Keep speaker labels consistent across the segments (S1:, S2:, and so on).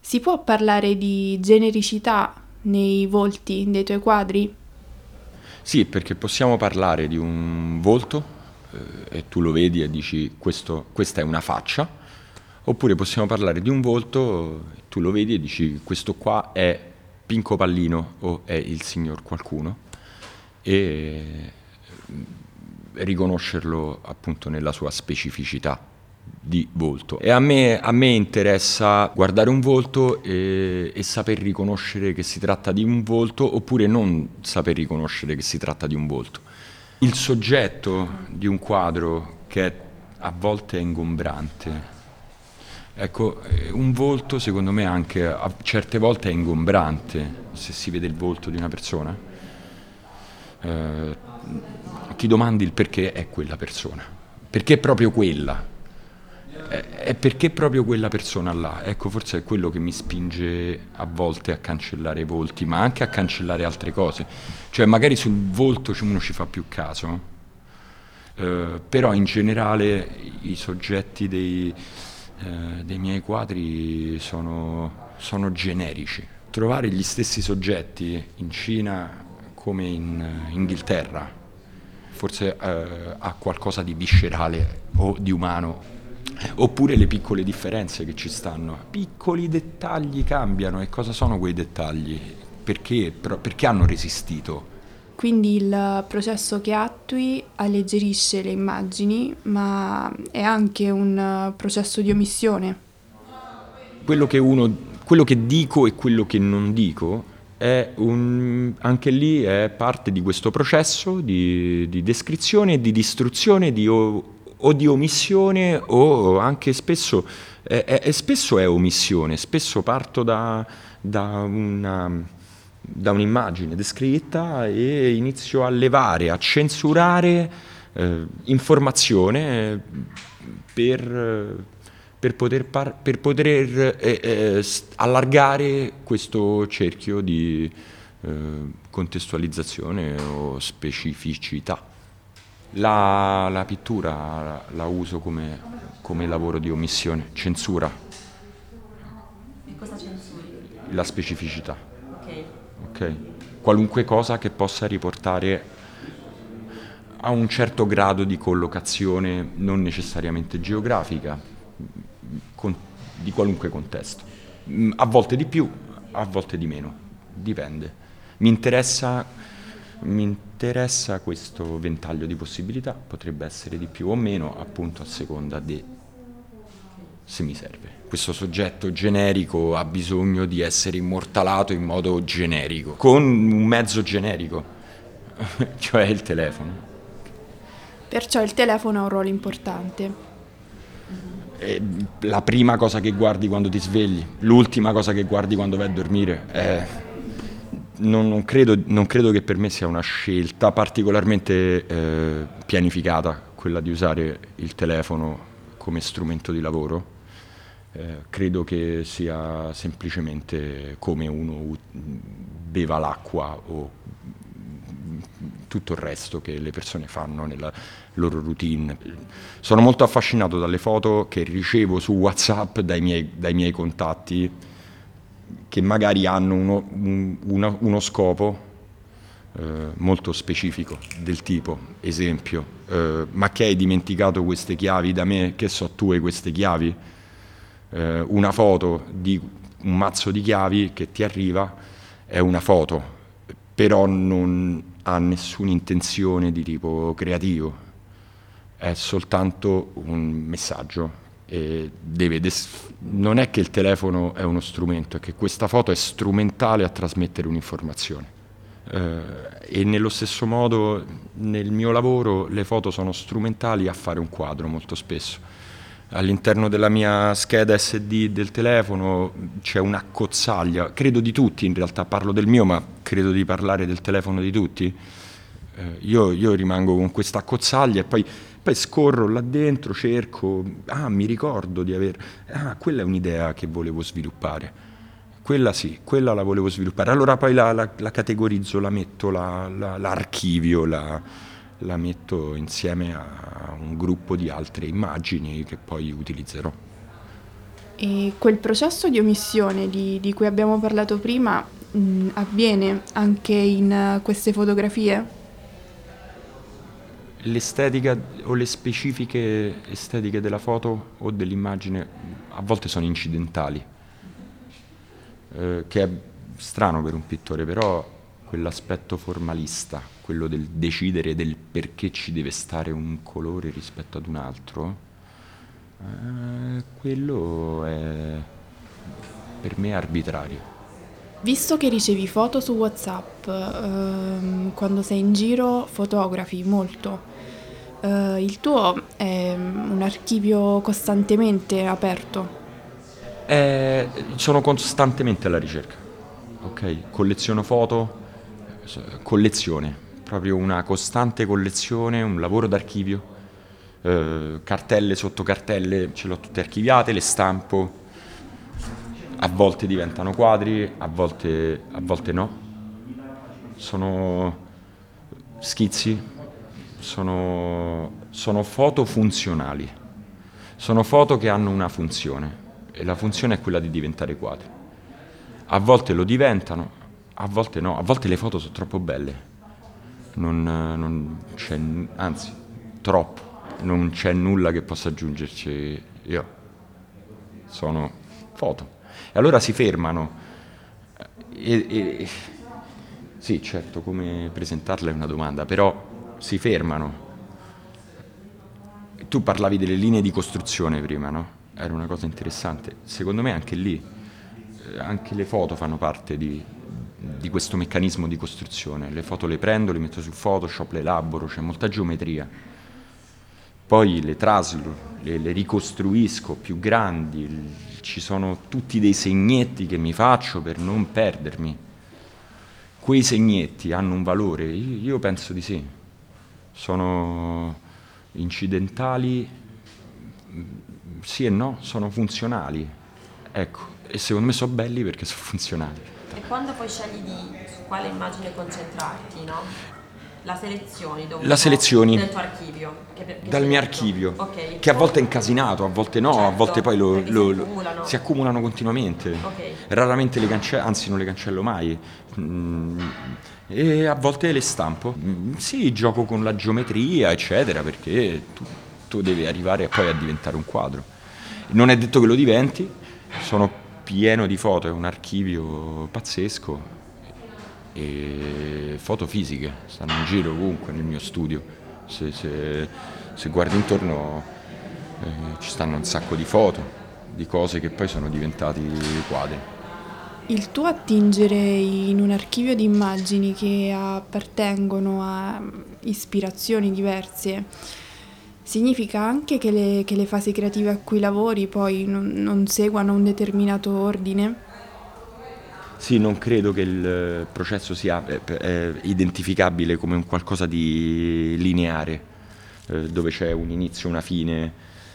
S1: Si può parlare di genericità nei volti dei tuoi quadri?
S2: Sì, perché possiamo parlare di un volto e tu lo vedi e dici questa è una faccia, oppure possiamo parlare di un volto e tu lo vedi e dici questo qua è Pinco Pallino o è il signor qualcuno e riconoscerlo appunto nella sua specificità di volto. E a me interessa guardare un volto e saper riconoscere che si tratta di un volto oppure non saper riconoscere che si tratta di un volto. Il soggetto di un quadro che a volte è ingombrante. Ecco, un volto secondo me anche a certe volte è ingombrante se si vede il volto di una persona. Eh, Ti domandi il perché è quella persona. Perché proprio quella? È perché proprio quella persona là. Ecco, forse è quello che mi spinge a volte a cancellare i volti, ma anche a cancellare altre cose. Cioè, magari sul volto uno ci fa più caso, però in generale i soggetti dei miei quadri sono generici. Trovare gli stessi soggetti in Cina come in Inghilterra forse ha qualcosa di viscerale o di umano. Oppure le piccole differenze che ci stanno. Piccoli dettagli cambiano. E cosa sono quei dettagli? Perché hanno resistito?
S1: Quindi il processo che attui alleggerisce le immagini, ma è anche un processo di omissione.
S2: Quello che dico e quello che non dico anche lì è parte di questo processo di descrizione e di distruzione o di omissione o anche spesso è omissione, spesso parto da da un'immagine descritta e inizio a levare, a censurare informazione per poter allargare questo cerchio di contestualizzazione o specificità. La pittura la uso come lavoro di omissione, censura,
S3: E cosa censuri?
S2: la specificità,
S3: Ok.
S2: ok? Qualunque cosa che possa riportare a un certo grado di collocazione, non necessariamente geografica, con- di qualunque contesto. A volte di più, a volte di meno, dipende. Mi interessa, mi interessa questo ventaglio di possibilità, potrebbe essere di più o meno, appunto a seconda di se mi serve. Questo soggetto generico ha bisogno di essere immortalato in modo generico, con un mezzo generico, cioè il telefono.
S1: Perciò il telefono ha un ruolo importante.
S2: È la prima cosa che guardi quando ti svegli, l'ultima cosa che guardi quando vai a dormire. Non credo che per me sia una scelta particolarmente pianificata, quella di usare il telefono come strumento di lavoro. Credo che sia semplicemente come uno beva l'acqua o tutto il resto che le persone fanno nella loro routine. Sono molto affascinato dalle foto che ricevo su WhatsApp dai miei contatti che magari hanno uno scopo molto specifico, del tipo, esempio, ma che hai dimenticato queste chiavi da me, che so tu hai queste chiavi? Una foto di un mazzo di chiavi che ti arriva è una foto, però non ha nessuna intenzione di tipo creativo, è soltanto un messaggio. E non è che il telefono è uno strumento, è che questa foto è strumentale a trasmettere un'informazione. E nello stesso modo nel mio lavoro le foto sono strumentali a fare un quadro molto spesso. All'interno della mia scheda SD del telefono c'è un'accozzaglia, credo di tutti in realtà, parlo del mio ma credo di parlare del telefono di tutti. Io rimango con questa accozzaglia e poi scorro là dentro, cerco, mi ricordo di aver, quella è un'idea che volevo sviluppare. Quella sì, quella la volevo sviluppare. Allora poi la categorizzo, la metto, l'archivio, la metto insieme a un gruppo di altre immagini che poi utilizzerò.
S1: E quel processo di omissione di cui abbiamo parlato prima, avviene anche in queste fotografie?
S2: L'estetica o le specifiche estetiche della foto o dell'immagine a volte sono incidentali, che è strano per un pittore, però quell'aspetto formalista, quello del decidere del perché ci deve stare un colore rispetto ad un altro, quello è per me arbitrario.
S1: Visto che ricevi foto su WhatsApp, quando sei in giro fotografi molto, il tuo è un archivio costantemente aperto.
S2: Sono costantemente alla ricerca, ok? Colleziono foto, collezione, proprio una costante collezione, un lavoro d'archivio, cartelle sotto cartelle, ce l'ho tutte archiviate, le stampo, a volte diventano quadri, a volte no. Sono schizzi, sono foto funzionali, sono foto che hanno una funzione e la funzione è quella di diventare quadri. A volte lo diventano, a volte no, a volte le foto sono troppo belle, non c'è, anzi, troppo, non c'è nulla che possa aggiungerci io. Sono foto. E allora si fermano. Sì, certo, come presentarla è una domanda, però si fermano. Tu parlavi delle linee di costruzione prima, no? Era una cosa interessante. Secondo me anche lì, anche le foto fanno parte di questo meccanismo di costruzione. Le foto le prendo, le metto su Photoshop, le elaboro, c'è molta geometria. Poi le traslo, le ricostruisco più grandi, ci sono tutti dei segnetti che mi faccio per non perdermi. Quei segnetti hanno un valore? Io penso di sì. Sono incidentali, sì e no, sono funzionali. Ecco, e secondo me sono belli perché sono funzionali.
S3: E quando poi scegli su quale immagine concentrarti, no? La selezioni dove?
S2: La selezioni
S3: nel tuo archivio? Che
S2: dal
S3: ci
S2: mio
S3: hai detto?
S2: archivio,
S3: Ok.
S2: che a volte è incasinato, a volte no, a
S3: Certo,
S2: volte poi
S3: perché si accumulano.
S2: continuamente.
S3: Ok.
S2: Raramente le cancello, anzi non le cancello mai. E a volte le stampo. Sì, gioco con la geometria, eccetera, perché tu devi arrivare poi a diventare un quadro. Non è detto che lo diventi, sono pieno di foto, è un archivio pazzesco e foto fisiche, stanno in giro ovunque nel mio studio. Se guardi intorno ci stanno un sacco di foto, di cose che poi sono diventati quadri.
S1: Il tuo attingere in un archivio di immagini che appartengono a ispirazioni diverse significa anche che le fasi creative a cui lavori poi non seguano un determinato ordine?
S2: Sì, non credo che il processo sia identificabile come un qualcosa di lineare, dove c'è un inizio e una fine.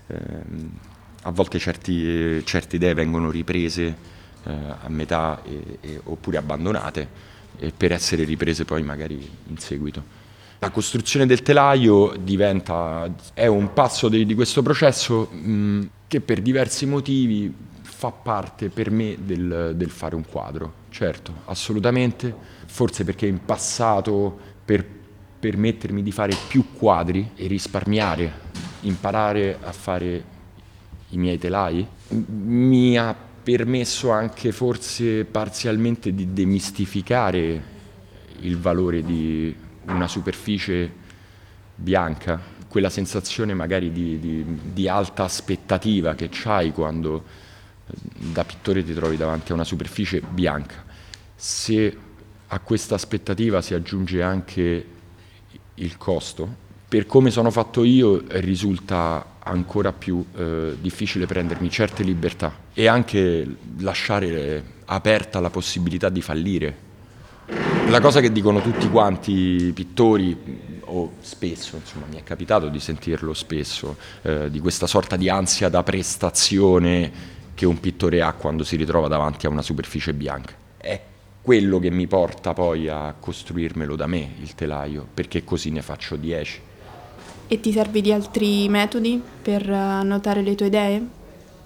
S2: A volte certe idee vengono riprese a metà oppure abbandonate per essere riprese poi magari in seguito. La costruzione del telaio è un passo di questo processo che per diversi motivi fa parte per me del fare un quadro. Certo, assolutamente, forse perché in passato per permettermi di fare più quadri e risparmiare, imparare a fare i miei telai, mi ha permesso anche forse parzialmente di demistificare il valore di una superficie bianca, quella sensazione magari di alta aspettativa che c'hai quando da pittore ti trovi davanti a una superficie bianca. Se a questa aspettativa si aggiunge anche il costo, per come sono fatto io risulta ancora più difficile prendermi certe libertà e anche lasciare aperta la possibilità di fallire. La cosa che dicono tutti quanti i pittori, o spesso, insomma, mi è capitato di sentirlo spesso, di questa sorta di ansia da prestazione che un pittore ha quando si ritrova davanti a una superficie bianca. È quello che mi porta poi a costruirmelo da me, il telaio, perché così ne faccio 10.
S1: E ti servi di altri metodi per annotare le tue idee?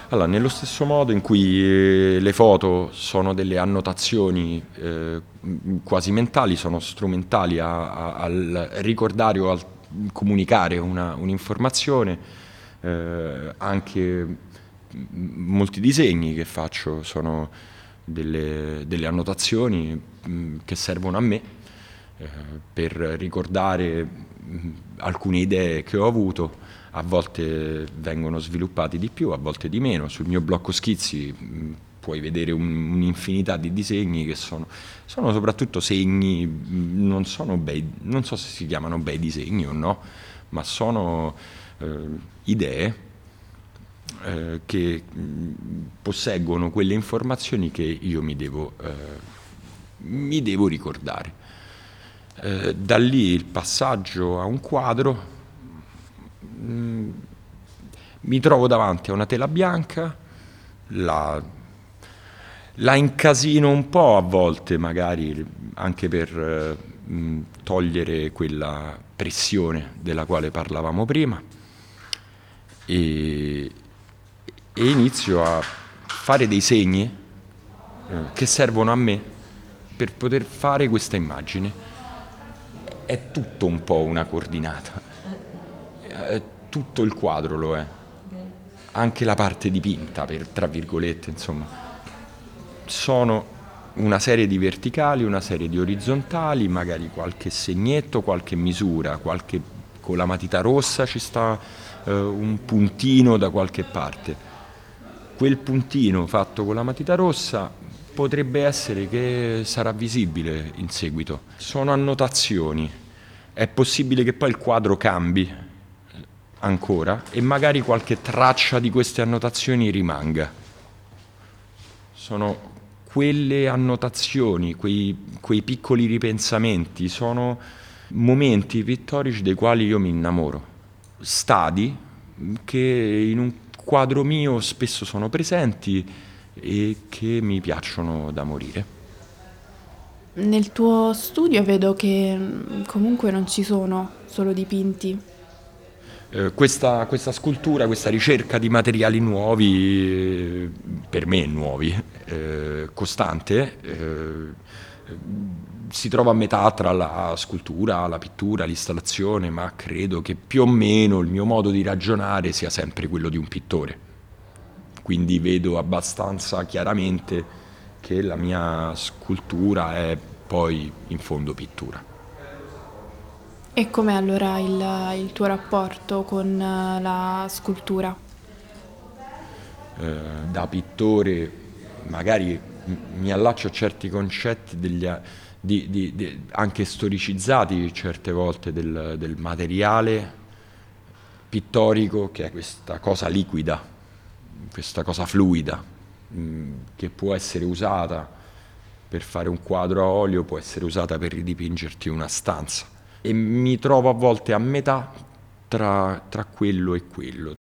S2: Allora, nello stesso modo in cui le foto sono delle annotazioni quasi mentali, sono strumentali al ricordare o al comunicare un'informazione, anche molti disegni che faccio sono delle annotazioni che servono a me per ricordare alcune idee che ho avuto. A volte vengono sviluppati di più, a volte di meno. Sul mio blocco schizzi puoi vedere un'infinità di disegni che sono soprattutto segni, non so se si chiamano bei disegni o no, ma sono idee che posseggono quelle informazioni che io mi devo ricordare. Da lì il passaggio a un quadro. Mi trovo davanti a una tela bianca, la incasino un po' a volte, magari anche per togliere quella pressione della quale parlavamo prima, e inizio a fare dei segni che servono a me per poter fare questa immagine. È tutto un po' una coordinata. Tutto il quadro lo è, anche la parte dipinta, tra virgolette, insomma. Sono una serie di verticali, una serie di orizzontali, magari qualche segnetto, qualche misura, con la matita rossa ci sta un puntino da qualche parte. Quel puntino fatto con la matita rossa potrebbe essere che sarà visibile in seguito. Sono annotazioni. È possibile che poi il quadro cambi ancora e magari qualche traccia di queste annotazioni rimanga. Sono quelle annotazioni, quei piccoli ripensamenti, sono momenti pittorici dei quali io mi innamoro, stadi che in un quadro mio spesso sono presenti e che mi piacciono da morire.
S1: Nel tuo studio vedo che comunque non ci sono solo dipinti.
S2: Questa scultura, questa ricerca di materiali nuovi, per me nuovi, costante, si trova a metà tra la scultura, la pittura, l'installazione, ma credo che più o meno il mio modo di ragionare sia sempre quello di un pittore. Quindi vedo abbastanza chiaramente che la mia scultura è poi in fondo pittura.
S1: E com'è allora il tuo rapporto con la scultura?
S2: Da pittore magari mi allaccio a certi concetti anche storicizzati certe volte del materiale pittorico, che è questa cosa liquida, questa cosa fluida, che può essere usata per fare un quadro a olio, può essere usata per ridipingerti una stanza. E mi trovo a volte a metà tra quello e quello,